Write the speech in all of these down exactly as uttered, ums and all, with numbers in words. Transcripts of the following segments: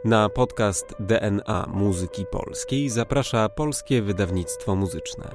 Na podcast D N A Muzyki Polskiej zaprasza Polskie Wydawnictwo Muzyczne.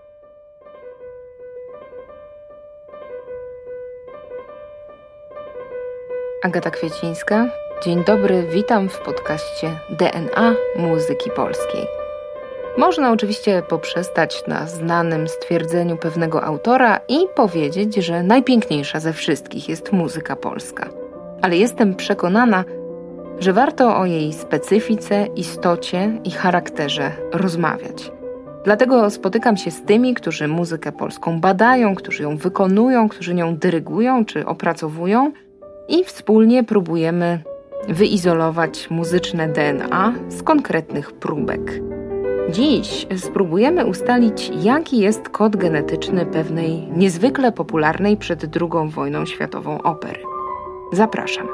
Agata Kwiecińska. Dzień dobry, witam w podcaście D N A Muzyki Polskiej. Można oczywiście poprzestać na znanym stwierdzeniu pewnego autora i powiedzieć, że najpiękniejsza ze wszystkich jest muzyka polska. Ale jestem przekonana, że warto o jej specyfice, istocie i charakterze rozmawiać. Dlatego spotykam się z tymi, którzy muzykę polską badają, którzy ją wykonują, którzy nią dyrygują czy opracowują i wspólnie próbujemy wyizolować muzyczne D N A z konkretnych próbek. Dziś spróbujemy ustalić, jaki jest kod genetyczny pewnej niezwykle popularnej przed drugą wojną światową opery. Zapraszam.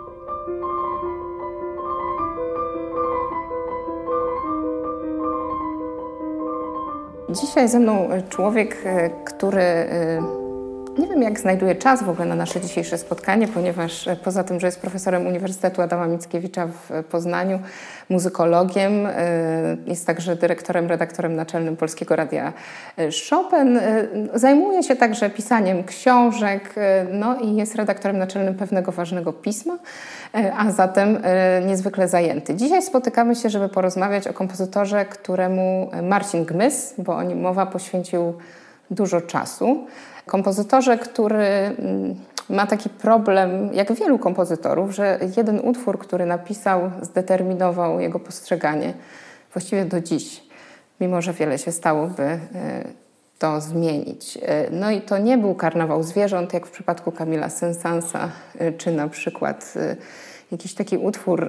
Dzisiaj ze mną człowiek, który nie wiem, jak znajduje czas w ogóle na nasze dzisiejsze spotkanie, ponieważ poza tym, że jest profesorem Uniwersytetu Adama Mickiewicza w Poznaniu, muzykologiem, jest także dyrektorem, redaktorem naczelnym Polskiego Radia Chopin. Zajmuje się także pisaniem książek, no i jest redaktorem naczelnym pewnego ważnego pisma, a zatem niezwykle zajęty. Dzisiaj spotykamy się, żeby porozmawiać o kompozytorze, któremu Marcin Gmys, bo o nim mowa, poświęcił dużo czasu. Kompozytorze, który ma taki problem, jak wielu kompozytorów, że jeden utwór, który napisał, zdeterminował jego postrzeganie właściwie do dziś, mimo że wiele się stało, by to zmienić. No i to nie był Karnawał zwierząt, jak w przypadku Camille'a Saint-Saënsa, czy na przykład jakiś taki utwór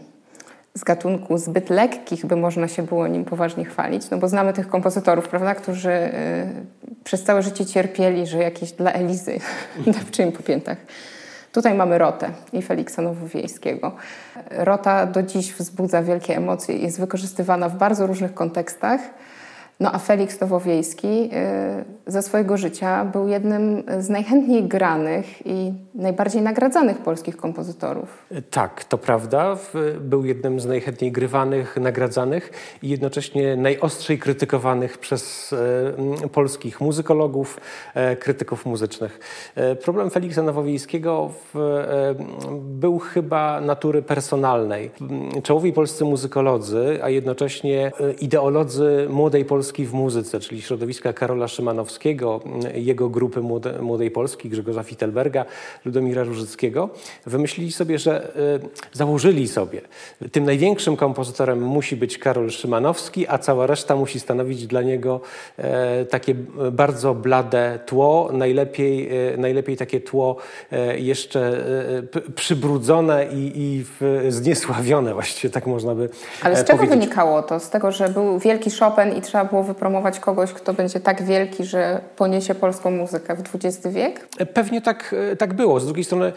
z gatunku zbyt lekkich, by można się było nim poważnie chwalić, no bo znamy tych kompozytorów, prawda, którzy y, przez całe życie cierpieli, że jakieś dla Elizy depczy im po piętach. Tutaj mamy Rotę i Feliksa Nowowiejskiego. Rota do dziś wzbudza wielkie emocje i jest wykorzystywana w bardzo różnych kontekstach. No a Feliks Nowowiejski y, ze swojego życia był jednym z najchętniej granych i najbardziej nagradzanych polskich kompozytorów. Tak, to prawda. Był jednym z najchętniej grywanych, nagradzanych i jednocześnie najostrzej krytykowanych przez e, polskich muzykologów, e, krytyków muzycznych. E, problem Feliksa Nowowiejskiego w, e, był chyba natury personalnej. Czołowi polscy muzykolodzy, a jednocześnie ideolodzy młodej Polski w muzyce, czyli środowiska Karola Szymanowskiego, jego grupy Młode, Młodej Polski, Grzegorza Fittelberga, Ludomira Różyckiego, wymyślili sobie, że y, założyli sobie, tym największym kompozytorem musi być Karol Szymanowski, a cała reszta musi stanowić dla niego e, takie bardzo blade tło, najlepiej, e, najlepiej takie tło e, jeszcze e, p, przybrudzone i, i w, zniesławione właściwie, tak można by Ale z e, czego powiedzieć. wynikało to? Z tego, że był wielki Chopin i trzeba było wypromować kogoś, kto będzie tak wielki, że poniesie polską muzykę w dwudziesty wiek? Pewnie tak, tak było. Z drugiej strony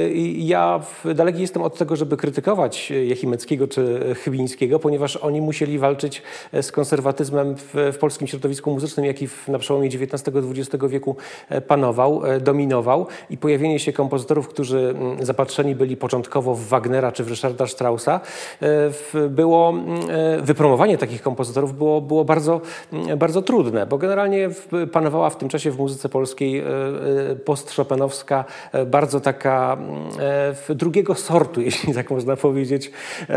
ja daleki jestem od tego, żeby krytykować Jachimeckiego czy Chybińskiego, ponieważ oni musieli walczyć z konserwatyzmem w, w polskim środowisku muzycznym, jaki w, na przełomie dziewiętnastego dwudziestego wieku panował, dominował i pojawienie się kompozytorów, którzy zapatrzeni byli początkowo w Wagnera czy w Ryszarda Straussa, było, wypromowanie takich kompozytorów było, było bardzo, bardzo trudne, bo generalnie panowała w tym czasie w muzyce polskiej post-chopinowska, bardzo taka drugiego sortu, jeśli tak można powiedzieć,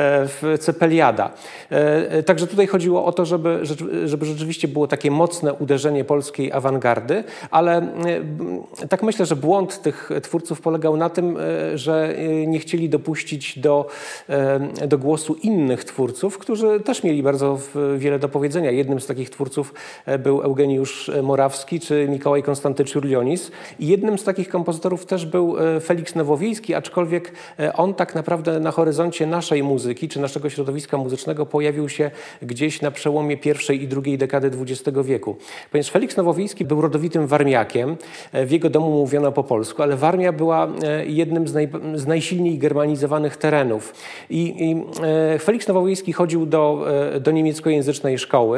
cepeliada. Także tutaj chodziło o to, żeby, żeby rzeczywiście było takie mocne uderzenie polskiej awangardy, ale tak myślę, że błąd tych twórców polegał na tym, że nie chcieli dopuścić do, do głosu innych twórców, którzy też mieli bardzo wiele do powiedzenia. Jednym z takich twórców był Eugeniusz Morawski czy Mikołaj Konstanty Czurlionis i jednym z takich kompozytorów też był Feliks Nowowiejski, aczkolwiek on tak naprawdę na horyzoncie naszej muzyki czy naszego środowiska muzycznego pojawił się gdzieś na przełomie pierwszej i drugiej dekady dwudziestego wieku. Ponieważ Feliks Nowowiejski był rodowitym Warmiakiem, w jego domu mówiono po polsku, ale Warmia była jednym z, naj, z najsilniej germanizowanych terenów. I, i Feliks Nowowiejski chodził do, do niemieckojęzycznej szkoły,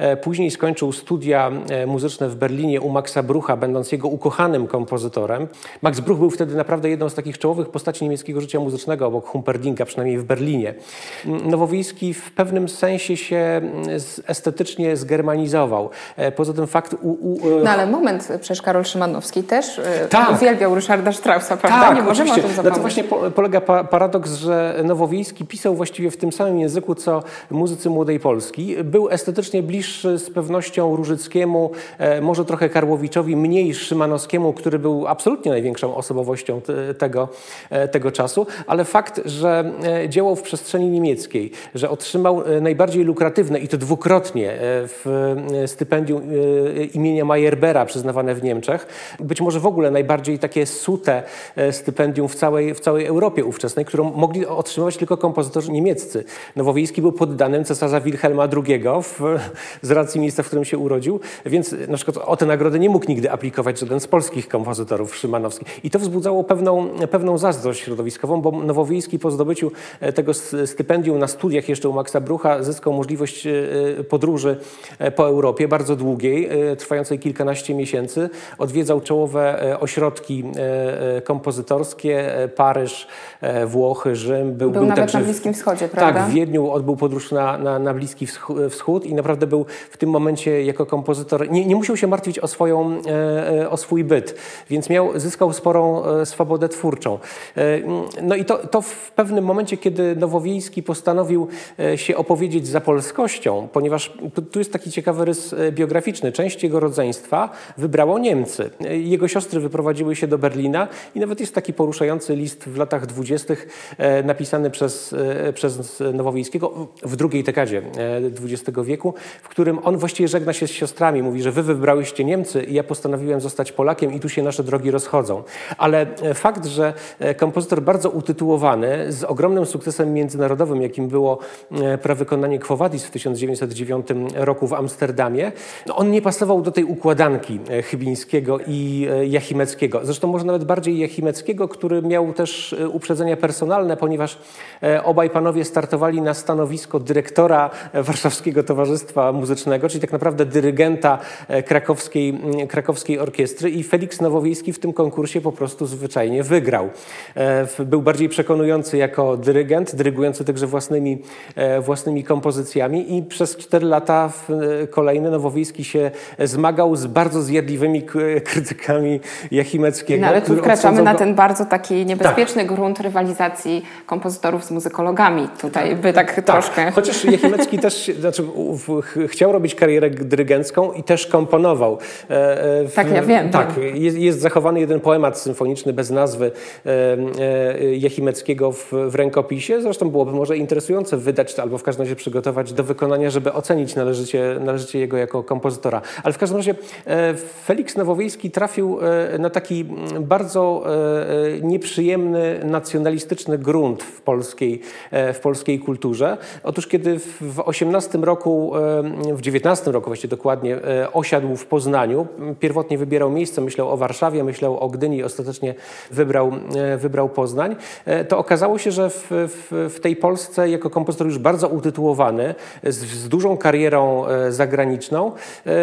Później skończył studia muzyczne w Berlinie u Maxa Brucha, będąc jego ukochanym kompozytorem. Max Bruch był wtedy naprawdę jedną z takich czołowych postaci niemieckiego życia muzycznego, obok Humperdincka, przynajmniej w Berlinie. Nowowiejski w pewnym sensie się estetycznie zgermanizował. Poza tym fakt... U, u, no ale moment, przecież Karol Szymanowski też tak. uwielbiał Ryszarda Straussa, prawda? Tak, nie możemy oczywiście. o tym zapomnieć. No to właśnie po, polega pa, paradoks, że Nowowiejski pisał właściwie w tym samym języku, co muzycy Młodej Polski. Był estetycznie bliższy z pewnością Różyckiemu, e, może trochę Karłowiczowi, mniej Szymanowskiemu, który był absolutnie największą osobowością te, tego, e, tego czasu, ale fakt, że e, działał w przestrzeni niemieckiej, że otrzymał e, najbardziej lukratywne i to dwukrotnie e, w e, stypendium e, imienia Meyerbeera przyznawane w Niemczech, być może w ogóle najbardziej takie sute e, stypendium w całej, w całej Europie ówczesnej, którą mogli otrzymywać tylko kompozytorzy niemieccy. Nowowiejski był poddanym cesarza Wilhelma drugiego w, z racji miejsca, w którym się urodził, więc na przykład o tę nagrodę nie mógł nigdy aplikować żaden z polskich kompozytorów Szymanowski. I to wzbudzało pewną, pewną zazdrość środowiskową, bo Nowowiejski po zdobyciu tego stypendium na studiach jeszcze u Maxa Brucha zyskał możliwość podróży po Europie, bardzo długiej, trwającej kilkanaście miesięcy. Odwiedzał czołowe ośrodki kompozytorskie, Paryż, Włochy, Rzym. Był, był nawet także na Bliskim Wschodzie, prawda? Tak, w Wiedniu odbył podróż na, na, na Bliski Wschód i naprawdę był w tym momencie jako kompozytor, nie, nie musiał się martwić o, swoją, e, o swój byt, więc miał, zyskał sporą e, swobodę twórczą. E, no i to, to w pewnym momencie, kiedy Nowowiejski postanowił e, się opowiedzieć za polskością, ponieważ tu, tu jest taki ciekawy rys biograficzny, część jego rodzeństwa wybrało Niemcy. Jego siostry wyprowadziły się do Berlina i nawet jest taki poruszający list w latach dwudziestych e, napisany przez, e, przez Nowowiejskiego w drugiej dekadzie dwudziestego wieku, w którym on właściwie żegna się z siostrami. Mówi, że wy wybrałyście Niemcy i ja postanowiłem zostać Polakiem i tu się nasze drogi rozchodzą. Ale fakt, że kompozytor bardzo utytułowany, z ogromnym sukcesem międzynarodowym, jakim było prawykonanie Quo Vadis w tysiąc dziewięćset dziewiątym roku w Amsterdamie, no on nie pasował do tej układanki Chybińskiego i Jachimeckiego. Zresztą może nawet bardziej Jachimeckiego, który miał też uprzedzenia personalne, ponieważ obaj panowie startowali na stanowisko dyrektora Warszawskiego Towarzystwa Muzycznego, czyli tak naprawdę dyrygenta krakowskiej, krakowskiej orkiestry i Felix Nowowiejski w tym konkursie po prostu zwyczajnie wygrał. Był bardziej przekonujący jako dyrygent, dyrygujący także własnymi, własnymi kompozycjami i przez cztery lata kolejne Nowowiejski się zmagał z bardzo zjadliwymi krytykami Jachimeckiego. No, ale tu wkraczamy na ten bardzo taki niebezpieczny tak. grunt rywalizacji kompozytorów z muzykologami. Tutaj by tak, tak troszkę... Chociaż Jachimecki też znaczy, w, ch, chciał robić karierę dyrygencką i też komponował. E, w, tak, ja wiem. Tak, jest, jest zachowany jeden poemat symfoniczny bez nazwy e, e, Jachimeckiego w, w rękopisie. Zresztą byłoby może interesujące wydać to, albo w każdym razie przygotować do wykonania, żeby ocenić należycie, należycie jego jako kompozytora. Ale w każdym razie e, Felix Nowowiejski trafił e, na taki bardzo e, nieprzyjemny, nacjonalistyczny grunt w polskiej, e, w polskiej kulturze. Otóż kiedy w osiemnastym roku, w dziewiętnastym roku właściwie dokładnie osiadł w Poznaniu, pierwotnie wybierał miejsce, myślał o Warszawie, myślał o Gdyni i ostatecznie wybrał, wybrał Poznań, to okazało się, że w, w, w tej Polsce jako kompozytor już bardzo utytułowany, z, z dużą karierą zagraniczną,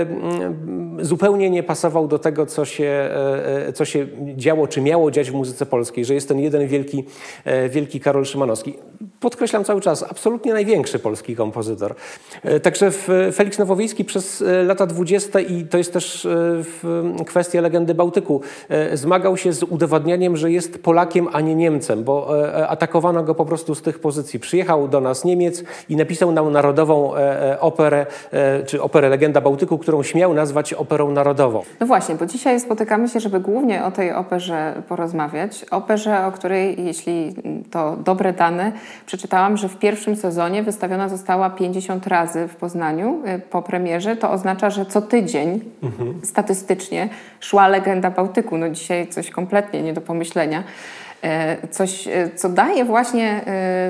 zupełnie nie pasował do tego, co się, co się działo, czy miało dziać w muzyce polskiej, że jest ten jeden wielki, wielki Karol Szymanowski. Podkreślam cały czas, absolutnie największy polski kompozytor. Także Felix Nowowiejski przez lata dwudzieste i to jest też kwestia legendy Bałtyku, zmagał się z udowadnianiem, że jest Polakiem, a nie Niemcem, bo atakowano go po prostu z tych pozycji. Przyjechał do nas Niemiec i napisał nam narodową operę, czy operę Legenda Bałtyku, którą śmiał nazwać operą narodową. No właśnie, bo dzisiaj spotykamy się, żeby głównie o tej operze porozmawiać. Operze, o której, jeśli to dobre dane, przeczytałam, że w pierwszym sezonie wystawiona została pięćdziesiąt razy w Poznaniu po premierze. To oznacza, że co tydzień mhm. statystycznie szła Legenda Bałtyku. No dzisiaj coś kompletnie nie do pomyślenia. Coś, co daje właśnie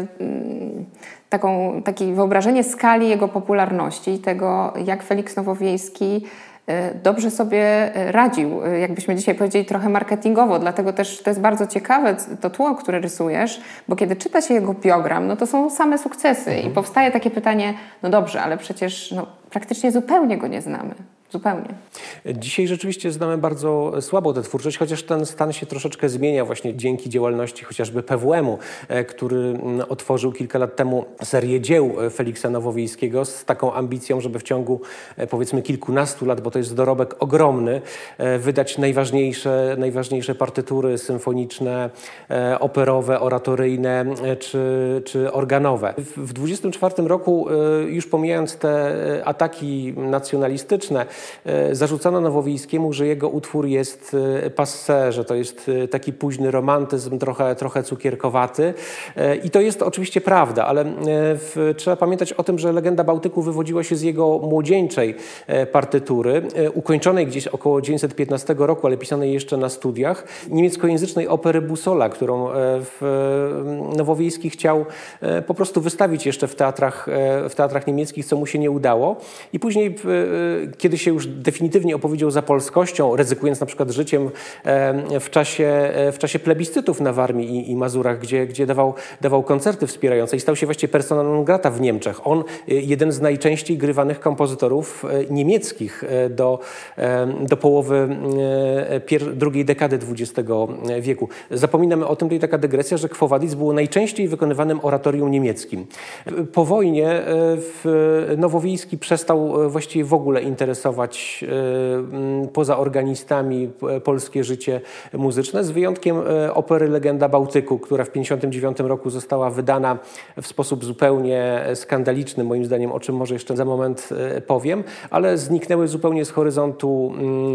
taką, takie wyobrażenie skali jego popularności i tego, jak Felix Nowowiejski dobrze sobie radził, jakbyśmy dzisiaj powiedzieli, trochę marketingowo. Dlatego też to jest bardzo ciekawe, to tło, które rysujesz, bo kiedy czyta się jego biogram, no to są same sukcesy mhm. i powstaje takie pytanie, no dobrze, ale przecież no, praktycznie zupełnie go nie znamy. Zupełnie. Dzisiaj rzeczywiście znamy bardzo słabo tę twórczość, chociaż ten stan się troszeczkę zmienia właśnie dzięki działalności chociażby P W M-u, który otworzył kilka lat temu serię dzieł Feliksa Nowowiejskiego z taką ambicją, żeby w ciągu powiedzmy kilkunastu lat, bo to jest dorobek ogromny, wydać najważniejsze, najważniejsze partytury symfoniczne, operowe, oratoryjne czy, czy organowe. W dwudziestym czwartym roku, już pomijając te ataki nacjonalistyczne, zarzucano Nowowiejskiemu, że jego utwór jest passé, że to jest taki późny romantyzm, trochę, trochę cukierkowaty. I to jest oczywiście prawda, ale w, trzeba pamiętać o tym, że Legenda Bałtyku wywodziła się z jego młodzieńczej partytury, ukończonej gdzieś około tysiąc dziewięćset piętnastego roku, ale pisanej jeszcze na studiach, niemieckojęzycznej opery Bussola, którą w Nowowiejski chciał po prostu wystawić jeszcze w teatrach, w teatrach niemieckich, co mu się nie udało. I później, kiedy się już definitywnie opowiedział za polskością, ryzykując na przykład życiem w czasie, w czasie plebiscytów na Warmii i, i Mazurach, gdzie, gdzie dawał, dawał koncerty wspierające i stał się właściwie persona non grata w Niemczech. On, jeden z najczęściej grywanych kompozytorów niemieckich do, do połowy pier- drugiej dekady dwudziestego wieku. Zapominamy o tym, to taka dygresja, że Quo Vadis było najczęściej wykonywanym oratorium niemieckim. Po wojnie Nowowiejski przestał właściwie w ogóle interesować poza organistami polskie życie muzyczne, z wyjątkiem opery Legenda Bałtyku, która w tysiąc dziewięćset pięćdziesiątym dziewiątym roku została wydana w sposób zupełnie skandaliczny, moim zdaniem, o czym może jeszcze za moment powiem, ale zniknęły zupełnie z horyzontu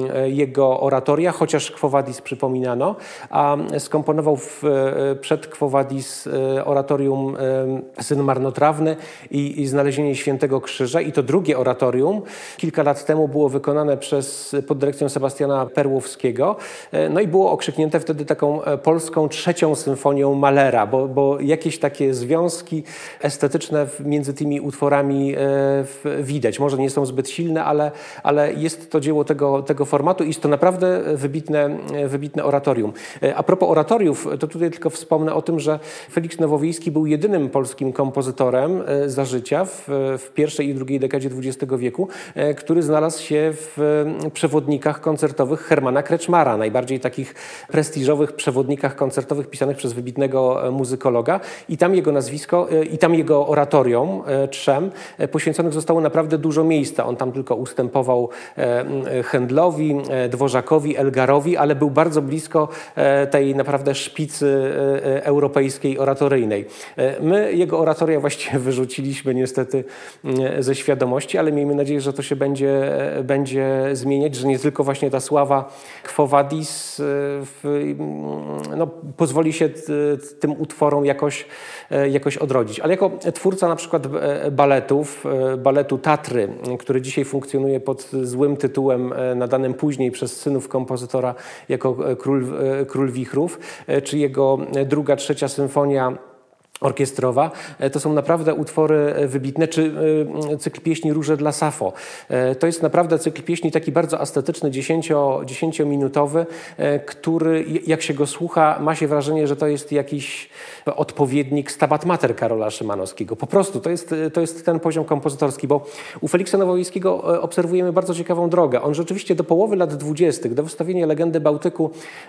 jego oratoria, chociaż Quo Vadis przypominano, a skomponował w, przed Quo Vadis oratorium Syn Marnotrawny i, i Znalezienie Świętego Krzyża, i to drugie oratorium kilka lat temu było wykonane przez, pod dyrekcją Sebastiana Perłowskiego, no i było okrzyknięte wtedy taką polską trzecią symfonią Mahlera, bo, bo jakieś takie związki estetyczne między tymi utworami widać. Może nie są zbyt silne, ale, ale jest to dzieło tego, tego formatu i jest to naprawdę wybitne, wybitne oratorium. A propos oratoriów, to tutaj tylko wspomnę o tym, że Feliks Nowowiejski był jedynym polskim kompozytorem za życia w, w pierwszej i drugiej dekadzie dwudziestego wieku, który znalazł się w przewodnikach koncertowych Hermana Kreczmara, najbardziej takich prestiżowych przewodnikach koncertowych pisanych przez wybitnego muzykologa, i tam jego nazwisko, i tam jego oratorium trzem poświęconych zostało naprawdę dużo miejsca. On tam tylko ustępował Händlowi, Dworzakowi, Elgarowi, ale był bardzo blisko tej naprawdę szpicy europejskiej oratoryjnej. My jego oratoria właściwie wyrzuciliśmy niestety ze świadomości, ale miejmy nadzieję, że to się będzie, będzie zmieniać, że nie tylko właśnie ta sława Quo Vadis w, no, pozwoli się tym utworom jakoś, jakoś odrodzić. Ale jako twórca na przykład baletów, baletu Tatry, który dzisiaj funkcjonuje pod złym tytułem nadanym później przez synów kompozytora jako Król, Król Wichrów, czy jego druga, trzecia symfonia orkiestrowa, to są naprawdę utwory wybitne, czy cykl pieśni Róże dla Safo. To jest naprawdę cykl pieśni taki bardzo estetyczny, dziesięciominutowy, który, jak się go słucha, ma się wrażenie, że to jest jakiś odpowiednik Stabat Mater Karola Szymanowskiego. Po prostu to jest, to jest ten poziom kompozytorski, bo u Feliksa Nowowiejskiego obserwujemy bardzo ciekawą drogę. On rzeczywiście do połowy lat dwudziestych, do wystawienia Legendy Bałtyku,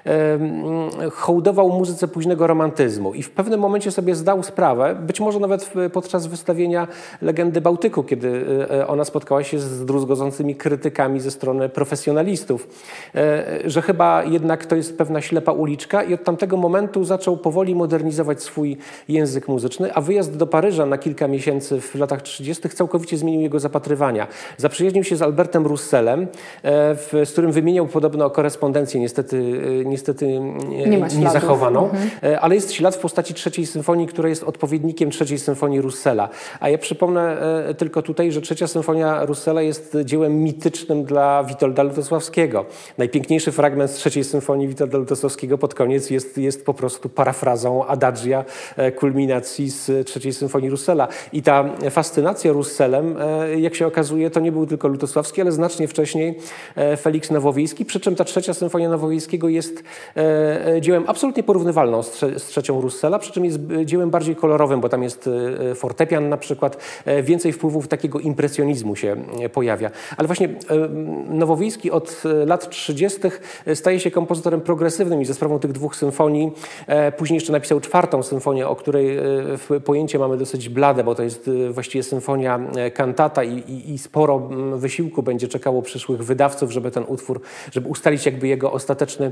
hołdował muzyce późnego romantyzmu i w pewnym momencie sobie zdał sprawę, być może nawet podczas wystawienia Legendy Bałtyku, kiedy ona spotkała się z druzgocącymi krytykami ze strony profesjonalistów, że chyba jednak to jest pewna ślepa uliczka, i od tamtego momentu zaczął powoli modernizować swój język muzyczny, a wyjazd do Paryża na kilka miesięcy w latach trzydziestych całkowicie zmienił jego zapatrywania. Zaprzyjaźnił się z Albertem Russellem, w, z którym wymieniał podobno korespondencję, niestety, niestety nie, nie zachowaną, mhm. ale jest ślad w postaci trzeciej symfonii, która jest odpowiednikiem trzeciej symfonii Russella. A ja przypomnę e, tylko tutaj, że trzecia symfonia Russella jest dziełem mitycznym dla Witolda Lutosławskiego. Najpiękniejszy fragment z trzeciej symfonii Witolda Lutosławskiego pod koniec jest, jest po prostu parafrazą adagia e, kulminacji z trzeciej symfonii Russella. I ta fascynacja Russellem, e, jak się okazuje, to nie był tylko Lutosławski, ale znacznie wcześniej e, Feliks Nowowiejski, przy czym ta trzecia symfonia Nowowiejskiego jest e, dziełem absolutnie porównywalną z, trze z trzecią Russella, przy czym jest dziełem bardziej kolorowym, bo tam jest fortepian na przykład, więcej wpływów takiego impresjonizmu się pojawia. Ale właśnie Nowowiejski od lat trzydziestych staje się kompozytorem progresywnym i za sprawą tych dwóch symfonii, później jeszcze napisał czwartą symfonię, o której pojęcie mamy dosyć blade, bo to jest właściwie symfonia kantata i, i, i sporo wysiłku będzie czekało przyszłych wydawców, żeby ten utwór, żeby ustalić jakby jego ostateczny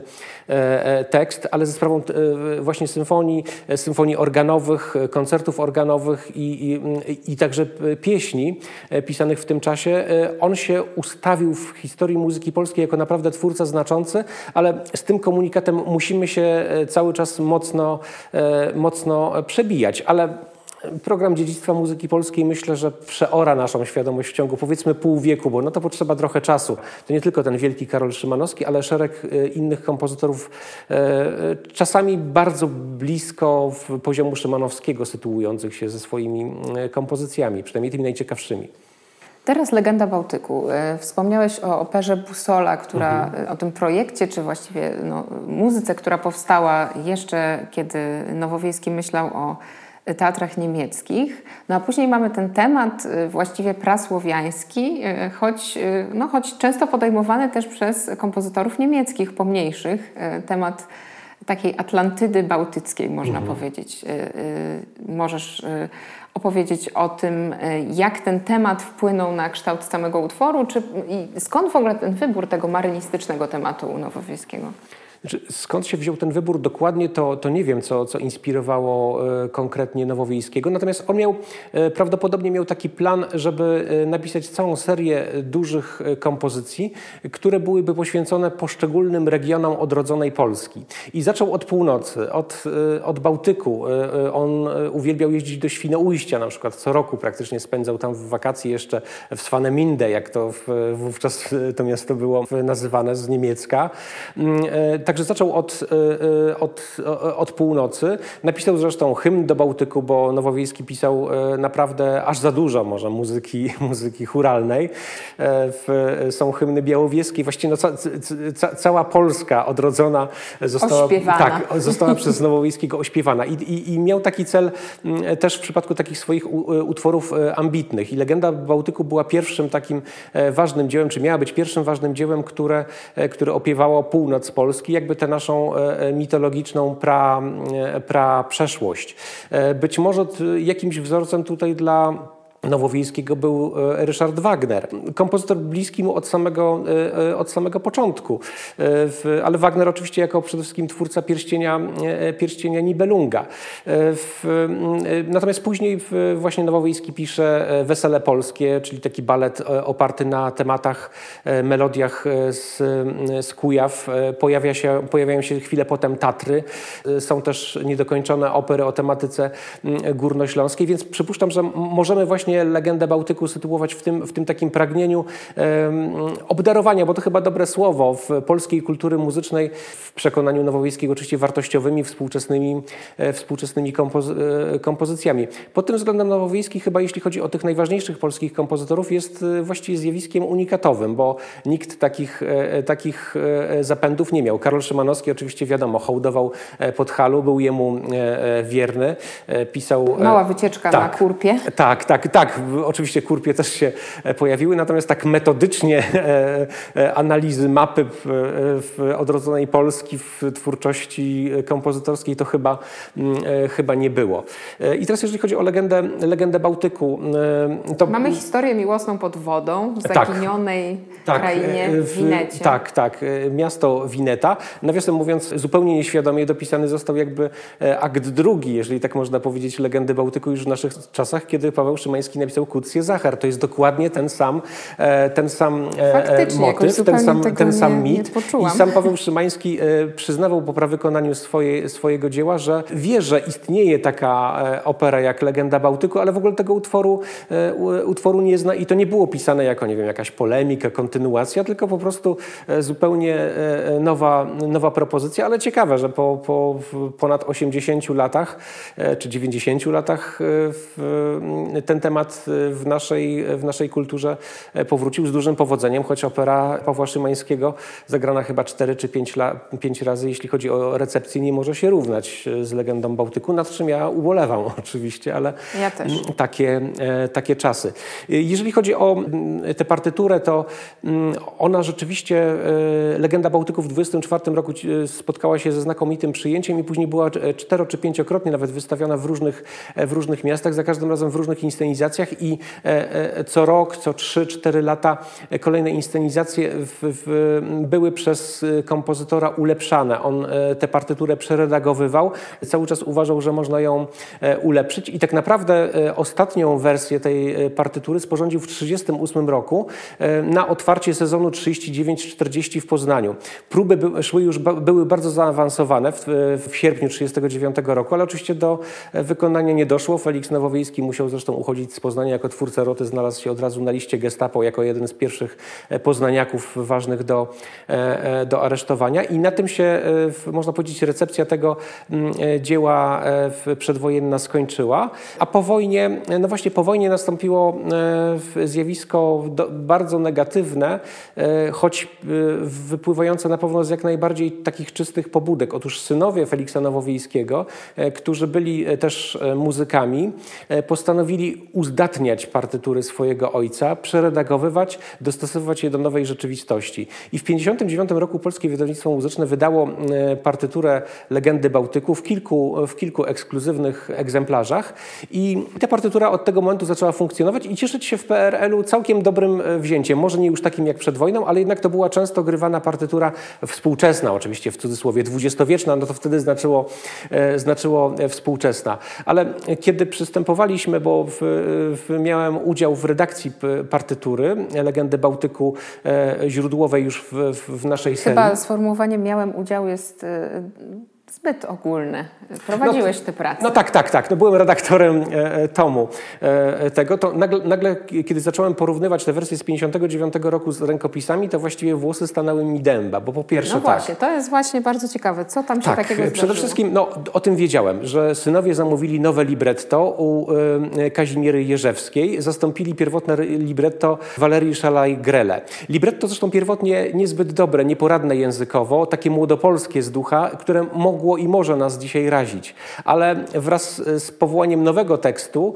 tekst, ale ze sprawą właśnie symfonii, symfonii organowych, koncertów organowych i, i, i także pieśni pisanych w tym czasie, on się ustawił w historii muzyki polskiej jako naprawdę twórca znaczący, ale z tym komunikatem musimy się cały czas mocno, mocno przebijać, ale program Dziedzictwa Muzyki Polskiej myślę, że przeora naszą świadomość w ciągu powiedzmy pół wieku, bo na to potrzeba trochę czasu. To nie tylko ten wielki Karol Szymanowski, ale szereg innych kompozytorów, czasami bardzo blisko poziomu szymanowskiego sytuujących się ze swoimi kompozycjami, przynajmniej tymi najciekawszymi. Teraz Legenda Bałtyku. Wspomniałeś o operze Busola, która, mhm. o tym projekcie, czy właściwie no, muzyce, która powstała jeszcze, kiedy Nowowiejski myślał o teatrach niemieckich. No a później mamy ten temat właściwie prasłowiański, choć, no, choć często podejmowany też przez kompozytorów niemieckich, pomniejszych. Temat takiej Atlantydy bałtyckiej, można mhm. powiedzieć. Możesz opowiedzieć o tym, jak ten temat wpłynął na kształt samego utworu, czy i skąd w ogóle ten wybór tego marynistycznego tematu u Nowowiejskiego? Znaczy, skąd się wziął ten wybór dokładnie, to, to nie wiem, co, co inspirowało e, konkretnie Nowowiejskiego. Natomiast on miał, e, prawdopodobnie miał taki plan, żeby e, napisać całą serię dużych e, kompozycji, które byłyby poświęcone poszczególnym regionom odrodzonej Polski. I zaczął od północy, od, e, od Bałtyku. E, on e, uwielbiał jeździć do Świnoujścia na przykład. Co roku praktycznie spędzał tam w wakacje jeszcze w Swanemünde, jak to w, wówczas to miasto było nazywane z niemiecka. E, Także zaczął od, od, od północy. Napisał zresztą hymn do Bałtyku, bo Nowowiejski pisał naprawdę aż za dużo może muzyki, muzyki chóralnej. Są hymny białowieskie. Właściwie no, ca, ca, cała Polska odrodzona została, tak, została przez Nowowiejskiego ośpiewana. I, i, I miał taki cel też w przypadku takich swoich utworów ambitnych. I Legenda Bałtyku była pierwszym takim ważnym dziełem, czy miała być pierwszym ważnym dziełem, które, które opiewało północ Polski, jakby tę naszą mitologiczną pra, pra przeszłość. Być może jakimś wzorcem tutaj dla Nowowiejskiego był Ryszard Wagner, kompozytor bliski mu od samego, od samego początku, ale Wagner oczywiście jako przede wszystkim twórca Pierścienia, Pierścienia Nibelunga. Natomiast później właśnie Nowowiejski pisze Wesele Polskie, czyli taki balet oparty na tematach, melodiach z, z Kujaw. Pojawia się, pojawiają się chwilę potem Tatry. Są też niedokończone opery o tematyce górnośląskiej, więc przypuszczam, że możemy właśnie Legendę Bałtyku sytuować w tym, w tym takim pragnieniu um, obdarowania, bo to chyba dobre słowo, w polskiej kultury muzycznej, w przekonaniu Nowowiejskiego oczywiście wartościowymi, współczesnymi, e, współczesnymi kompozy e, kompozycjami. Pod tym względem Nowowiejski chyba, jeśli chodzi o tych najważniejszych polskich kompozytorów, jest e, właściwie zjawiskiem unikatowym, bo nikt takich, e, takich e, zapędów nie miał. Karol Szymanowski oczywiście wiadomo, hołdował e, Podhalu, był jemu e, wierny, e, pisał... E, Mała wycieczka tak, na Kurpie. Tak, tak, tak. Oczywiście Kurpie też się pojawiły, natomiast tak metodycznie analizy mapy w odrodzonej Polski w twórczości kompozytorskiej to chyba, chyba nie było. I teraz jeżeli chodzi o legendę, legendę Bałtyku, to... Mamy historię miłosną pod wodą w zaginionej tak, krainie w Winecie. Tak, tak. Miasto Wineta. Nawiasem mówiąc, zupełnie nieświadomie dopisany został jakby akt drugi, jeżeli tak można powiedzieć, legendy Bałtyku już w naszych czasach, kiedy Paweł Szymański napisał Kucję Zachar. To jest dokładnie ten sam, ten sam motyw, ten sam, ten sam mit. I sam Paweł Szymański przyznawał po prawykonaniu swoje, swojego dzieła, że wie, że istnieje taka opera jak Legenda Bałtyku, ale w ogóle tego utworu, utworu nie zna i to nie było pisane jako, nie wiem, jakaś polemika, kontynuacja, tylko po prostu zupełnie nowa, nowa propozycja, ale ciekawe, że po, po ponad osiemdziesięciu latach czy dziewięćdziesięciu latach ten temat temat w naszej, w naszej kulturze powrócił z dużym powodzeniem, choć opera Pawła Szymańskiego zagrana chyba cztery czy pięć, la, pięć razy, jeśli chodzi o recepcję, nie może się równać z Legendą Bałtyku, nad czym ja ubolewam oczywiście, ale ja też. Takie, takie czasy. Jeżeli chodzi o tę partyturę, to ona rzeczywiście, Legenda Bałtyku w dwudziestym czwartym roku spotkała się ze znakomitym przyjęciem i później była cztero czy pięciokrotnie nawet wystawiona w różnych, w różnych miastach, za każdym razem w różnych inscenizacjach i co rok, co trzy, cztery lata kolejne inscenizacje w, w, były przez kompozytora ulepszane. On tę partyturę przeredagowywał, cały czas uważał, że można ją ulepszyć i tak naprawdę ostatnią wersję tej partytury sporządził w trzydziestym ósmym roku na otwarcie sezonu trzydzieści dziewięć czterdzieści w Poznaniu. Próby by, szły już, były bardzo zaawansowane w, w sierpniu trzydziestego dziewiątego roku, ale oczywiście do wykonania nie doszło. Feliks Nowowiejski musiał zresztą uchodzić z Poznania jako twórca Roty, znalazł się od razu na liście Gestapo jako jeden z pierwszych poznaniaków ważnych do, do aresztowania i na tym się, można powiedzieć, recepcja tego dzieła przedwojenna skończyła, a po wojnie, no właśnie po wojnie nastąpiło zjawisko bardzo negatywne, choć wypływające na pewno z jak najbardziej takich czystych pobudek. Otóż synowie Feliksa Nowowiejskiego, którzy byli też muzykami, postanowili uzdatniać partytury swojego ojca, przeredagowywać, dostosowywać je do nowej rzeczywistości. I w pięćdziesiątym dziewiątym roku Polskie Wydawnictwo Muzyczne wydało partyturę Legendy Bałtyku w kilku, w kilku ekskluzywnych egzemplarzach i ta partytura od tego momentu zaczęła funkcjonować i cieszyć się w P R L u całkiem dobrym wzięciem. Może nie już takim jak przed wojną, ale jednak to była często grywana partytura współczesna, oczywiście w cudzysłowie dwudziestowieczna, no to wtedy znaczyło, e, znaczyło współczesna. Ale kiedy przystępowaliśmy, bo w, w, miałem udział w redakcji partytury Legendy Bałtyku e, źródłowej już w, w, w naszej serii. Chyba sformułowanie miałem udział jest e, zbyt ogólne. Prowadziłeś no, tę pracę. No tak, tak, tak. No, byłem redaktorem e, tomu e, tego. To nagle, nagle, kiedy zacząłem porównywać te wersje z pięćdziesiątego dziewiątego roku z rękopisami, to właściwie włosy stanęły mi dęba, bo po pierwsze No tak. właśnie, to jest właśnie bardzo ciekawe. Co tam się tak, takiego zdarzyło? Przede wszystkim no, o tym wiedziałem, że synowie zamówili nowe libretto u e, Kazimiery Jerzewskiej. Zastąpili pierwotne libretto Walerii Szalaj-Grele. Libretto zresztą pierwotnie niezbyt dobre, nieporadne językowo, takie młodopolskie z ducha, które mogło i może nas dzisiaj razić. Ale wraz z powołaniem nowego tekstu,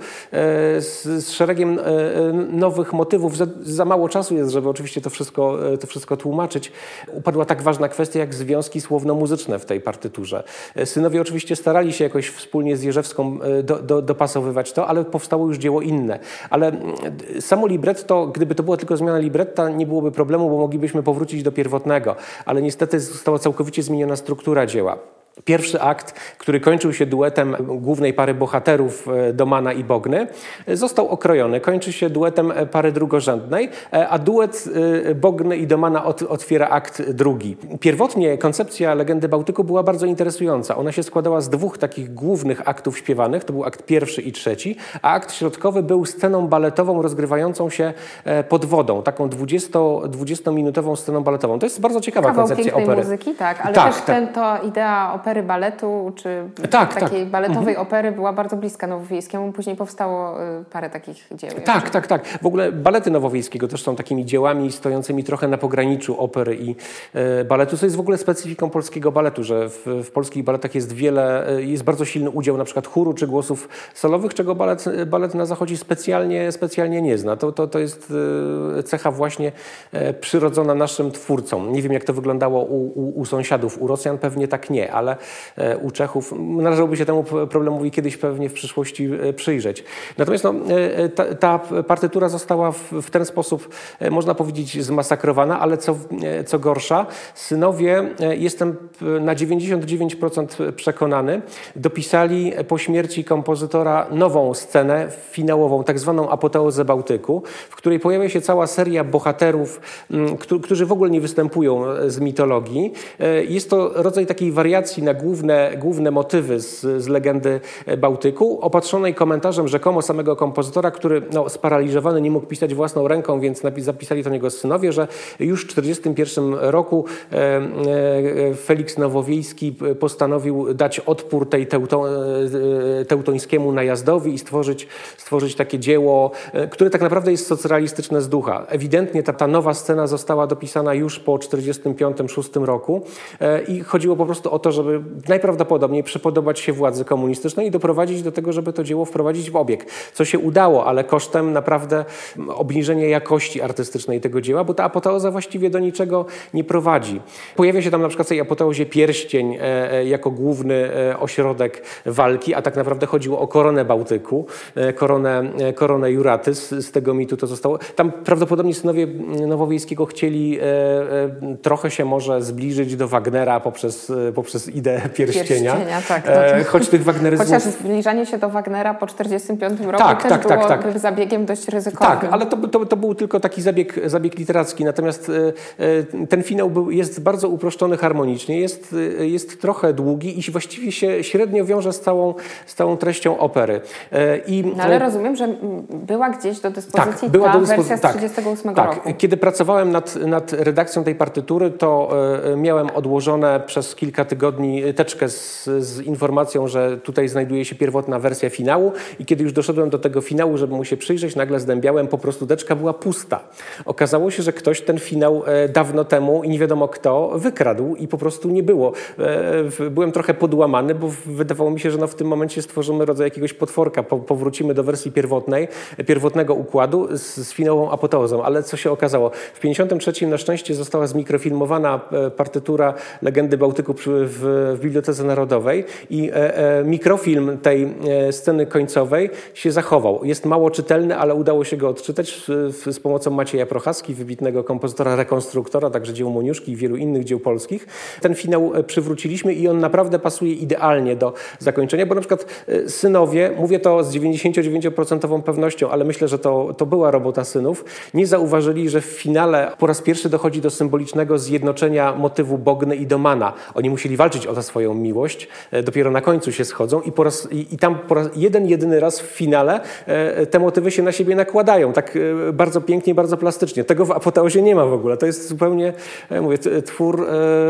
z, z szeregiem nowych motywów, za, za mało czasu jest, żeby oczywiście to wszystko, to wszystko tłumaczyć, upadła tak ważna kwestia jak związki słowno-muzyczne w tej partyturze. Synowie oczywiście starali się jakoś wspólnie z Jerzewską do, do, dopasowywać to, ale powstało już dzieło inne. Ale samo libretto, gdyby to była tylko zmiana libretta, nie byłoby problemu, bo moglibyśmy powrócić do pierwotnego. Ale niestety została całkowicie zmieniona struktura dzieła. Pierwszy akt, który kończył się duetem głównej pary bohaterów Domana i Bogny, został okrojony. Kończy się duetem pary drugorzędnej, a duet Bogny i Domana otwiera akt drugi. Pierwotnie koncepcja Legendy Bałtyku była bardzo interesująca. Ona się składała z dwóch takich głównych aktów śpiewanych, to był akt pierwszy i trzeci, a akt środkowy był sceną baletową rozgrywającą się pod wodą, taką dwudziestominutową sceną baletową. To jest bardzo ciekawa Kawał koncepcja pięknej opery. muzyki, tak, ale tak, też tak. Ten, to idea opery baletu, czy tak, takiej tak. baletowej mhm. opery była bardzo bliska Nowowiejskiemu. Później powstało parę takich dzieł. Tak, jeszcze. tak, tak. W ogóle balety Nowowiejskiego też są takimi dziełami stojącymi trochę na pograniczu opery i e, baletu, co jest w ogóle specyfiką polskiego baletu, że w, w polskich baletach jest wiele, jest bardzo silny udział na przykład chóru czy głosów solowych, czego balet, balet na zachodzie specjalnie, specjalnie nie zna. To, to, to jest cecha właśnie e, przyrodzona naszym twórcom. Nie wiem, jak to wyglądało u, u, u sąsiadów, u Rosjan pewnie tak nie, ale e, u Czechów należałoby się temu problemowi kiedyś pewnie w przyszłości przyjrzeć. Natomiast no, ta, ta partytura została w, w ten sposób, można powiedzieć, zmasakrowana, ale co, co gorsza, synowie, jestem na dziewięćdziesiąt dziewięć procent przekonany, dopisali po śmierci kompozytora nową scenę finałową, tak zwaną apoteozę Bałtyku, w której pojawia się cała seria bohaterów, którzy w ogóle nie występują z mitologii. Jest to rodzaj takiej wariacji na główne, główne motywy z, z legendy Bałtyku, opatrzonej komentarzem rzekomo samego kompozytora, który no, sparaliżowany nie mógł pisać własną ręką, więc napis, zapisali to niego synowie, że już w czterdziestym pierwszym roku e, e, Feliks Nowowiejski postanowił dać odpór tej teuto, e, teutońskiemu najazdowi i stworzyć, stworzyć takie dzieło, e, które tak naprawdę jest socrealistyczne z ducha. Ewidentnie ta, ta nowa scena została dopisana już po czterdziestym piątym szóstym roku e, i chodziło po prostu o to, żeby najprawdopodobniej przypodobać się władzy komunistycznej i doprowadzić do tego, żeby to dzieło wprowadzić w obieg. Co się udało, ale kosztem naprawdę obniżenia jakości artystycznej tego dzieła, bo ta apoteoza właściwie do niczego nie prowadzi. Pojawia się tam na przykład w tej apoteozie pierścień e, e, jako główny e, ośrodek walki, a tak naprawdę chodziło o koronę Bałtyku, e, koronę, e, koronę Juraty, z, z tego mitu to zostało. Tam prawdopodobnie synowie Nowowiejskiego chcieli e, e, trochę się może zbliżyć do Wagnera poprzez, e, poprzez ideę pierścienia. pierścienia tak, no e, choć tych wagneryzmów... Chociaż zbliżanie się do Wagnera po czterdziestym piątym roku tak, też tak, było tak, tak. zabiegiem dość ryzykownym. Tak, ale to, to, to był tylko taki zabieg, zabieg literacki. Natomiast e, ten finał był, jest bardzo uproszczony harmonicznie, jest, jest trochę długi i właściwie się średnio wiąże z całą, z całą treścią opery. E, i, no ale rozumiem, że była gdzieś do dyspozycji tak, była ta do dyspozy- wersja z tak, trzydziestego ósmego tak. roku. Kiedy pracowałem nad, nad redakcją tej partytury, to e, miałem odłożone przez kilka tygodni teczkę z, z informacją, że tutaj znajduje się pierwotna wersja finału i kiedy już doszedłem do tego finału, żeby mu się przyjrzeć, nagle zdębiałem, po prostu teczka była pusta. Okazało się, że ktoś ten finał e, dawno temu i nie wiadomo kto wykradł i po prostu nie było. E, byłem trochę podłamany, bo wydawało mi się, że no w tym momencie stworzymy rodzaj jakiegoś potworka. Po, powrócimy do wersji pierwotnej, pierwotnego układu z, z finałową apoteozą. Ale co się okazało? W pięćdziesiątym trzecim na szczęście została zmikrofilmowana partytura Legendy Bałtyku przy, w, w Bibliotece Narodowej i e, e, mikrofilm tej e, sceny końcowej się zachował. Jest mało czytelny, ale udało się go odczytać z, z pomocą Macieja Prochaski, wybitnego kompozytora, rekonstruktora, także dzieł Moniuszki i wielu innych dzieł polskich. Ten finał przywróciliśmy i on naprawdę pasuje idealnie do zakończenia, bo na przykład synowie, mówię to z dziewięćdziesięciodziewięcioprocentową pewnością, ale myślę, że to, to była robota synów, nie zauważyli, że w finale po raz pierwszy dochodzi do symbolicznego zjednoczenia motywu Bogny i Domana. Oni musieli walczyć o tę swoją miłość, dopiero na końcu się schodzą i, po raz, i, i tam po raz jeden, jedyny raz w finale te motywy się na siebie nakładają. Tak bardzo pięknie, bardzo plastycznie. Tego w apoteozie nie ma w ogóle. To jest zupełnie, mówię, twór,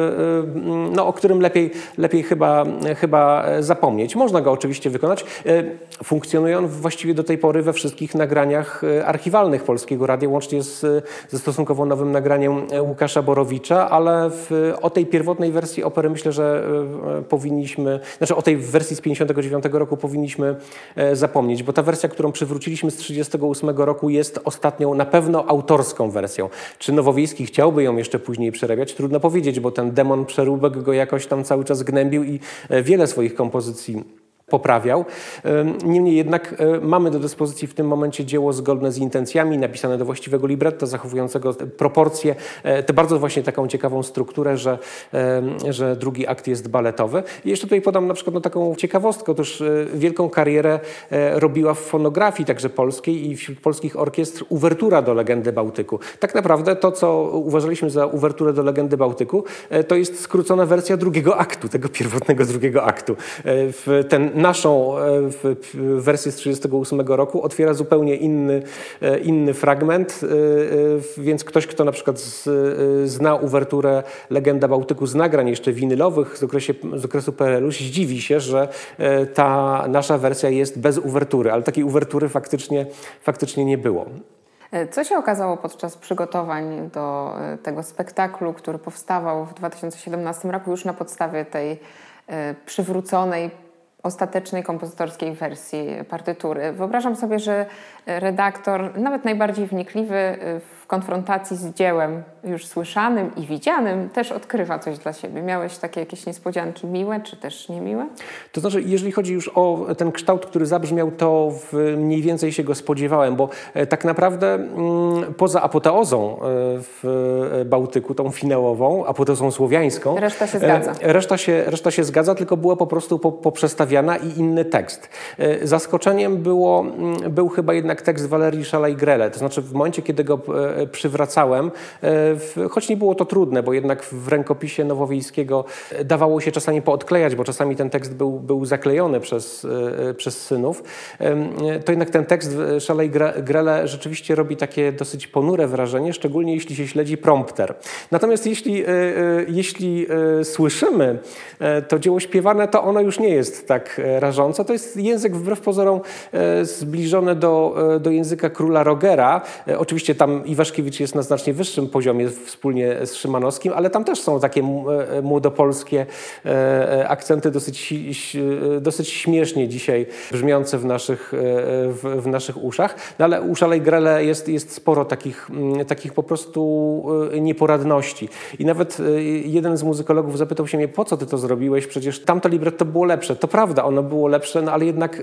no, o którym lepiej, lepiej chyba, chyba zapomnieć. Można go oczywiście wykonać. Funkcjonuje on właściwie do tej pory we wszystkich nagraniach archiwalnych Polskiego Radia, łącznie z, ze stosunkowo nowym nagraniem Łukasza Borowicza, ale w, o tej pierwotnej wersji opery myślę, że powinniśmy, znaczy o tej wersji z pięćdziesiątego dziewiątego roku powinniśmy zapomnieć, bo ta wersja, którą przywróciliśmy z trzydziestego ósmego roku jest ostatnią, na pewno autorską wersją. Czy Nowowiejski chciałby ją jeszcze później przerabiać? Trudno powiedzieć, bo ten demon przeróbek go jakoś tam cały czas gnębił i wiele swoich kompozycji poprawiał. Niemniej jednak mamy do dyspozycji w tym momencie dzieło zgodne z intencjami, napisane do właściwego libretto, zachowującego proporcje, tę bardzo właśnie taką ciekawą strukturę, że, że drugi akt jest baletowy. I jeszcze tutaj podam na przykład no, taką ciekawostkę. Otóż wielką karierę robiła w fonografii także polskiej i wśród polskich orkiestr uwertura do Legendy Bałtyku. Tak naprawdę to, co uważaliśmy za uwerturę do Legendy Bałtyku, to jest skrócona wersja drugiego aktu, tego pierwotnego drugiego aktu. W ten naszą wersję z trzydziestego ósmego roku otwiera zupełnie inny, inny fragment, więc ktoś, kto na przykład zna uwerturę Legenda Bałtyku z nagrań jeszcze winylowych z, okresie, z okresu P R L u, zdziwi się, że ta nasza wersja jest bez uwertury, ale takiej uwertury faktycznie, faktycznie nie było. Co się okazało podczas przygotowań do tego spektaklu, który powstawał w dwa tysiące siedemnastym roku już na podstawie tej przywróconej ostatecznej kompozytorskiej wersji partytury. Wyobrażam sobie, że redaktor, nawet najbardziej wnikliwy w konfrontacji z dziełem już słyszanym i widzianym, też odkrywa coś dla siebie. Miałeś takie jakieś niespodzianki miłe, czy też niemiłe? To znaczy, jeżeli chodzi już o ten kształt, który zabrzmiał, to w mniej więcej się go spodziewałem, bo tak naprawdę mm, poza apoteozą w Bałtyku, tą finałową, apoteozą słowiańską, reszta się zgadza. Reszta się, reszta się zgadza, tylko była po prostu poprzestawiana i inny tekst. Zaskoczeniem było, był chyba jednak tekst Walerii Szalaj-Grele. To znaczy w momencie, kiedy go przywracałem, choć nie było to trudne, bo jednak w rękopisie Nowowiejskiego dawało się czasami poodklejać, bo czasami ten tekst był, był zaklejony przez, przez synów, to jednak ten tekst Szalej Grele rzeczywiście robi takie dosyć ponure wrażenie, szczególnie jeśli się śledzi prompter. Natomiast jeśli, jeśli słyszymy to dzieło śpiewane, to ono już nie jest tak rażące. To jest język wbrew pozorom zbliżony do, do języka króla Rogera. Oczywiście tam Iwaszkiewicz jest na znacznie wyższym poziomie wspólnie z Szymanowskim, ale tam też są takie młodopolskie akcenty dosyć, dosyć śmiesznie dzisiaj brzmiące w naszych, w, w naszych uszach. No ale u Szalej Grele jest, jest sporo takich, takich po prostu nieporadności. I nawet jeden z muzykologów zapytał się mnie, po co ty to zrobiłeś? Przecież tamto libretto było lepsze. To prawda, ono było lepsze, no ale jednak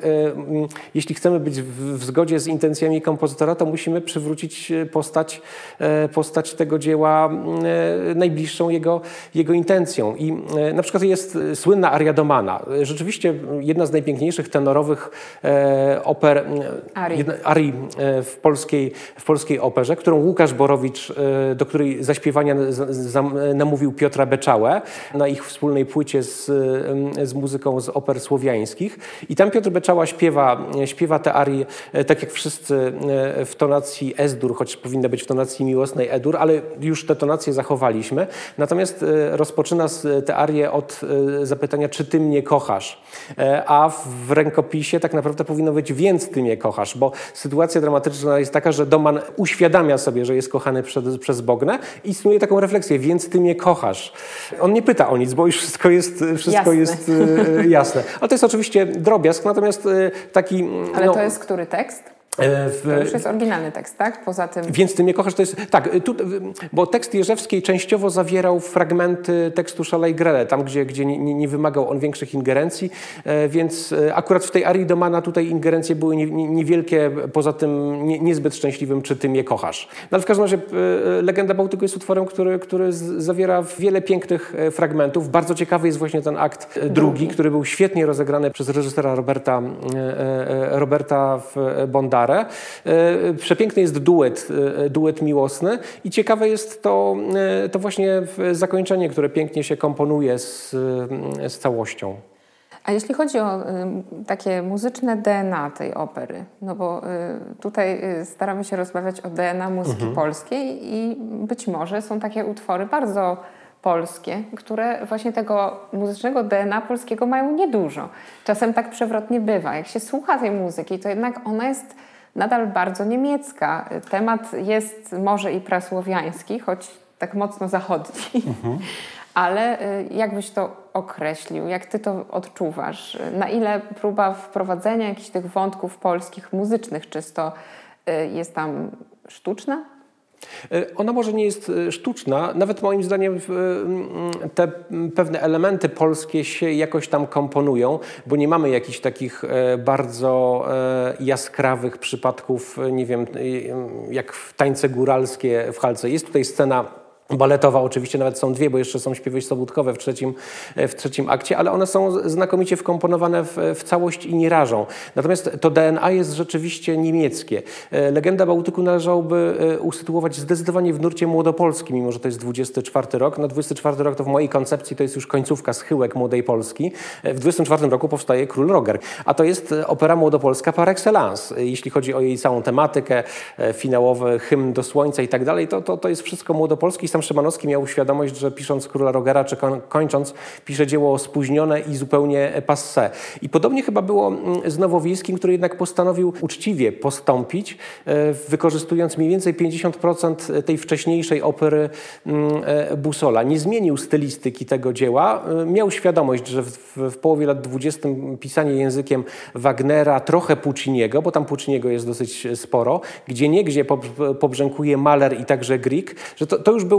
jeśli chcemy być w, w zgodzie z intencjami kompozytora, to musimy przywrócić postać, postać tego dzieła najbliższą jego, jego intencją. I na przykład jest słynna aria Domana. Rzeczywiście jedna z najpiękniejszych tenorowych oper, arii, arii w, polskiej, w polskiej operze, którą Łukasz Borowicz, do której zaśpiewania namówił Piotra Beczałę na ich wspólnej płycie z, z muzyką z oper słowiańskich. I tam Piotr Beczała śpiewa, śpiewa te arie, tak jak wszyscy, w tonacji S-dur, choć powinna być w tonacji miłosnej E-dur, ale już te tonacje zachowaliśmy. Natomiast rozpoczyna te arie od zapytania, czy ty mnie kochasz? A w rękopisie tak naprawdę powinno być, więc ty mnie kochasz, bo sytuacja dramatyczna jest taka, że Doman uświadamia sobie, że jest kochany przez, przez Bognę i istnieje taką refleksję, więc ty mnie kochasz. On nie pyta o nic, bo już wszystko jest, wszystko jasne. jest e, jasne. Ale to jest oczywiście drobiazg, natomiast e, taki... Ale no, to jest który tekst? W, to już jest oryginalny tekst, tak? Poza tym... Więc ty mnie kochasz, to jest... Tak, tu, bo tekst Jerzewskiej częściowo zawierał fragmenty tekstu Szalej Grele, tam gdzie, gdzie nie, nie wymagał on większych ingerencji, więc akurat w tej arii Domana tutaj ingerencje były nie, nie, niewielkie, poza tym nie, niezbyt szczęśliwym, czy ty mnie kochasz. No ale w każdym razie Legenda Bałtyku jest utworem, który, który zawiera wiele pięknych fragmentów. Bardzo ciekawy jest właśnie ten akt drugi, drugi który był świetnie rozegrany przez reżysera Roberta, Roberta Bondara. Przepiękny jest duet, duet miłosny i ciekawe jest to, to właśnie zakończenie, które pięknie się komponuje z, z całością. A jeśli chodzi o y, takie muzyczne D N A tej opery, no bo y, tutaj y, staramy się rozmawiać o D N A muzyki mhm. polskiej i być może są takie utwory bardzo polskie, które właśnie tego muzycznego D N A polskiego mają niedużo. Czasem tak przewrotnie bywa. Jak się słucha tej muzyki, to jednak ona jest nadal bardzo niemiecka. Temat jest może i prasłowiański, choć tak mocno zachodni. Mhm. Ale jak byś to określił? Jak ty to odczuwasz? Na ile próba wprowadzenia jakichś tych wątków polskich, muzycznych czysto, jest tam sztuczna? Ona może nie jest sztuczna, nawet moim zdaniem te pewne elementy polskie się jakoś tam komponują, bo nie mamy jakichś takich bardzo jaskrawych przypadków, nie wiem, jak w tańce góralskie w Halce. Jest tutaj scena baletowa, oczywiście nawet są dwie, bo jeszcze są śpiewy sobótkowe w trzecim, w trzecim akcie, ale one są znakomicie wkomponowane w, w całość i nie rażą. Natomiast to D N A jest rzeczywiście niemieckie. Legenda Bałtyku należałoby usytuować zdecydowanie w nurcie młodopolskim, mimo że to jest dwudziesty czwarty rok. No dwudziesty czwarty rok to w mojej koncepcji to jest już końcówka, schyłek Młodej Polski. W dwudziestym czwartym roku powstaje Król Roger. A to jest opera młodopolska par excellence. Jeśli chodzi o jej całą tematykę, finałowy hymn do słońca i tak dalej, to, to, to jest wszystko młodopolskie. Sam Szymanowski miał świadomość, że pisząc Króla Rogera, czy kończąc, pisze dzieło spóźnione i zupełnie passé. I podobnie chyba było z Nowowiejskim, który jednak postanowił uczciwie postąpić, wykorzystując mniej więcej pięćdziesiąt procent tej wcześniejszej opery Busola. Nie zmienił stylistyki tego dzieła. Miał świadomość, że w, w połowie lat dwudziestych pisanie językiem Wagnera, trochę Pucciniego, bo tam Pucciniego jest dosyć sporo, gdzie niegdzie pobrzękuje Mahler i także Grieg, że to, to już było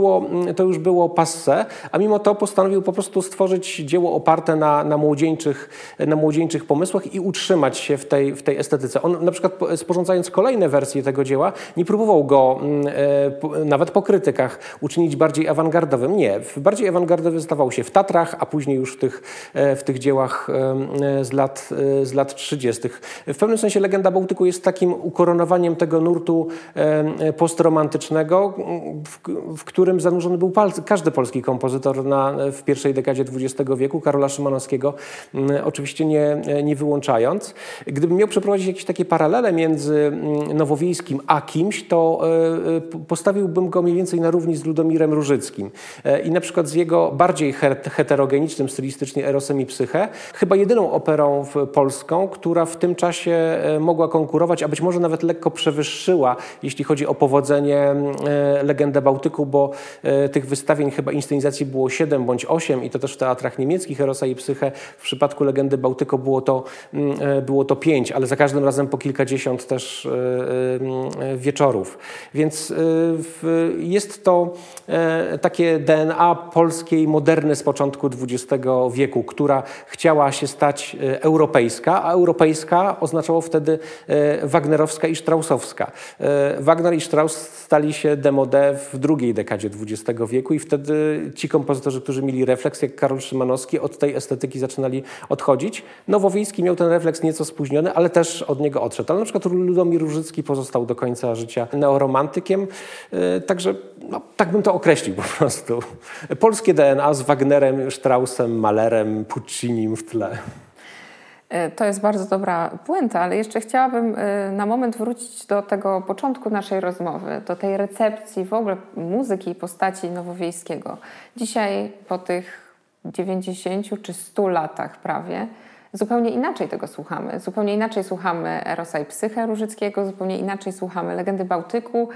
było, to już było passé, a mimo to postanowił po prostu stworzyć dzieło oparte na, na, młodzieńczych, na młodzieńczych pomysłach i utrzymać się w tej, w tej estetyce. On na przykład sporządzając kolejne wersje tego dzieła, nie próbował go e, nawet po krytykach uczynić bardziej awangardowym. Nie, bardziej awangardowy stawał się w Tatrach, a później już w tych, w tych dziełach z lat, z lat trzydziestych. W pewnym sensie Legenda Bałtyku jest takim ukoronowaniem tego nurtu postromantycznego, w, w którym zanurzony był pal, każdy polski kompozytor na, w pierwszej dekadzie dwudziestego wieku, Karola Szymanowskiego oczywiście nie, nie wyłączając. Gdybym miał przeprowadzić jakieś takie paralele między Nowowiejskim a kimś, to postawiłbym go mniej więcej na równi z Ludomirem Różyckim. I na przykład z jego bardziej heterogenicznym stylistycznie Erosem i Psyche, chyba jedyną operą polską, która w tym czasie mogła konkurować, a być może nawet lekko przewyższyła, jeśli chodzi o powodzenie, Legendę Bałtyku, bo tych wystawień chyba inscenizacji było siedem bądź osiem i to też w teatrach niemieckich Erosa i Psyche. W przypadku Legendy Bałtyku było to, było to pięć, ale za każdym razem po kilkadziesiąt też wieczorów. Więc jest to takie D N A polskiej moderny z początku dwudziestego wieku, która chciała się stać europejska, a europejska oznaczało wtedy wagnerowska i straussowska. Wagner i Strauss stali się démodé w drugiej dekadzie dwudziestego wieku i wtedy ci kompozytorzy, którzy mieli refleks, jak Karol Szymanowski, od tej estetyki zaczynali odchodzić. Nowowiejski miał ten refleks nieco spóźniony, ale też od niego odszedł. Ale na przykład Ludomir Różycki pozostał do końca życia neoromantykiem, także no, tak bym to określił po prostu. Polskie D N A z Wagnerem, Straussem, Mahlerem, Puccinim w tle. To jest bardzo dobra puenta, ale jeszcze chciałabym na moment wrócić do tego początku naszej rozmowy, do tej recepcji w ogóle muzyki i postaci Nowowiejskiego. Dzisiaj po tych dziewięćdziesięciu czy stu latach prawie zupełnie inaczej tego słuchamy. Zupełnie inaczej słuchamy Erosa i Psyche Różyckiego, zupełnie inaczej słuchamy Legendy Bałtyku.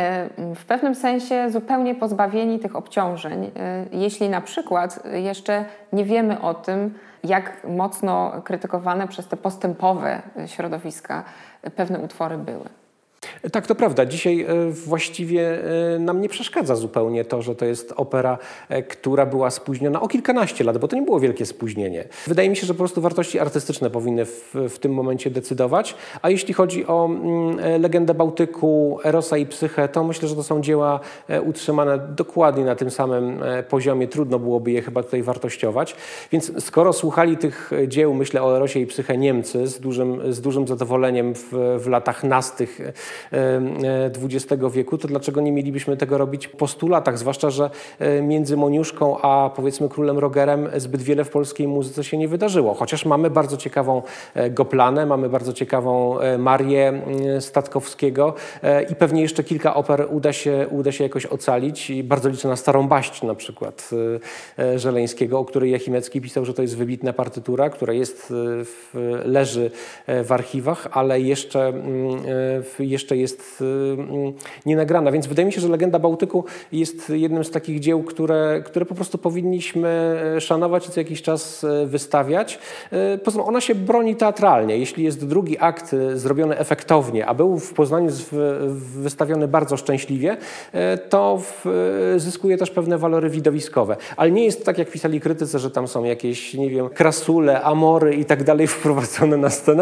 W pewnym sensie zupełnie pozbawieni tych obciążeń, jeśli na przykład jeszcze nie wiemy o tym, jak mocno krytykowane przez te postępowe środowiska pewne utwory były. Tak, to prawda. Dzisiaj właściwie nam nie przeszkadza zupełnie to, że to jest opera, która była spóźniona o kilkanaście lat, bo to nie było wielkie spóźnienie. Wydaje mi się, że po prostu wartości artystyczne powinny w, w tym momencie decydować. A jeśli chodzi o Legendę Bałtyku, Erosa i Psyche, to myślę, że to są dzieła utrzymane dokładnie na tym samym poziomie. Trudno byłoby je chyba tutaj wartościować. Więc skoro słuchali tych dzieł, myślę o Erosie i Psyche, Niemcy z dużym, z dużym zadowoleniem w, w latach nastych dwudziestego wieku, to dlaczego nie mielibyśmy tego robić po stu latach? Zwłaszcza, że między Moniuszką a powiedzmy królem Rogerem zbyt wiele w polskiej muzyce się nie wydarzyło. Chociaż mamy bardzo ciekawą Goplanę, mamy bardzo ciekawą Marię Statkowskiego i pewnie jeszcze kilka oper uda się, uda się jakoś ocalić. I bardzo liczę na Starą Baść na przykład Żeleńskiego, o której Jachimecki pisał, że to jest wybitna partytura, która jest w, leży w archiwach, ale jeszcze, jeszcze jest nienagrana. Więc wydaje mi się, że Legenda Bałtyku jest jednym z takich dzieł, które, które po prostu powinniśmy szanować i co jakiś czas wystawiać. Poza tym ona się broni teatralnie. Jeśli jest drugi akt zrobiony efektownie, a był w Poznaniu wystawiony bardzo szczęśliwie, to zyskuje też pewne walory widowiskowe. Ale nie jest tak, jak pisali krytycy, że tam są jakieś, nie wiem, krasule, amory i tak dalej wprowadzone na scenę.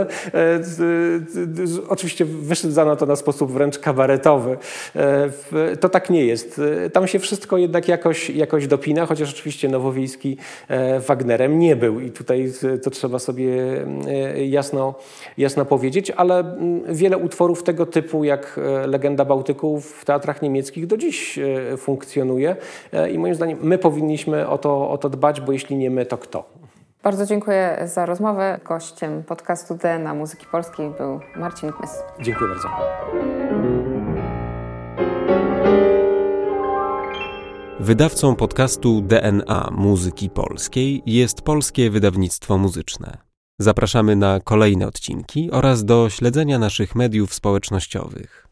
Oczywiście wyszydzano to na sposób wręcz kabaretowy. To tak nie jest. Tam się wszystko jednak jakoś, jakoś dopina, chociaż oczywiście Nowowiejski Wagnerem nie był i tutaj to trzeba sobie jasno, jasno powiedzieć, ale wiele utworów tego typu jak Legenda Bałtyku w teatrach niemieckich do dziś funkcjonuje i moim zdaniem my powinniśmy o to, o to dbać, bo jeśli nie my, to kto? Bardzo dziękuję za rozmowę. Gościem podcastu D N A Muzyki Polskiej był Marcin Kmys. Dziękuję bardzo. Wydawcą podcastu D N A Muzyki Polskiej jest Polskie Wydawnictwo Muzyczne. Zapraszamy na kolejne odcinki oraz do śledzenia naszych mediów społecznościowych.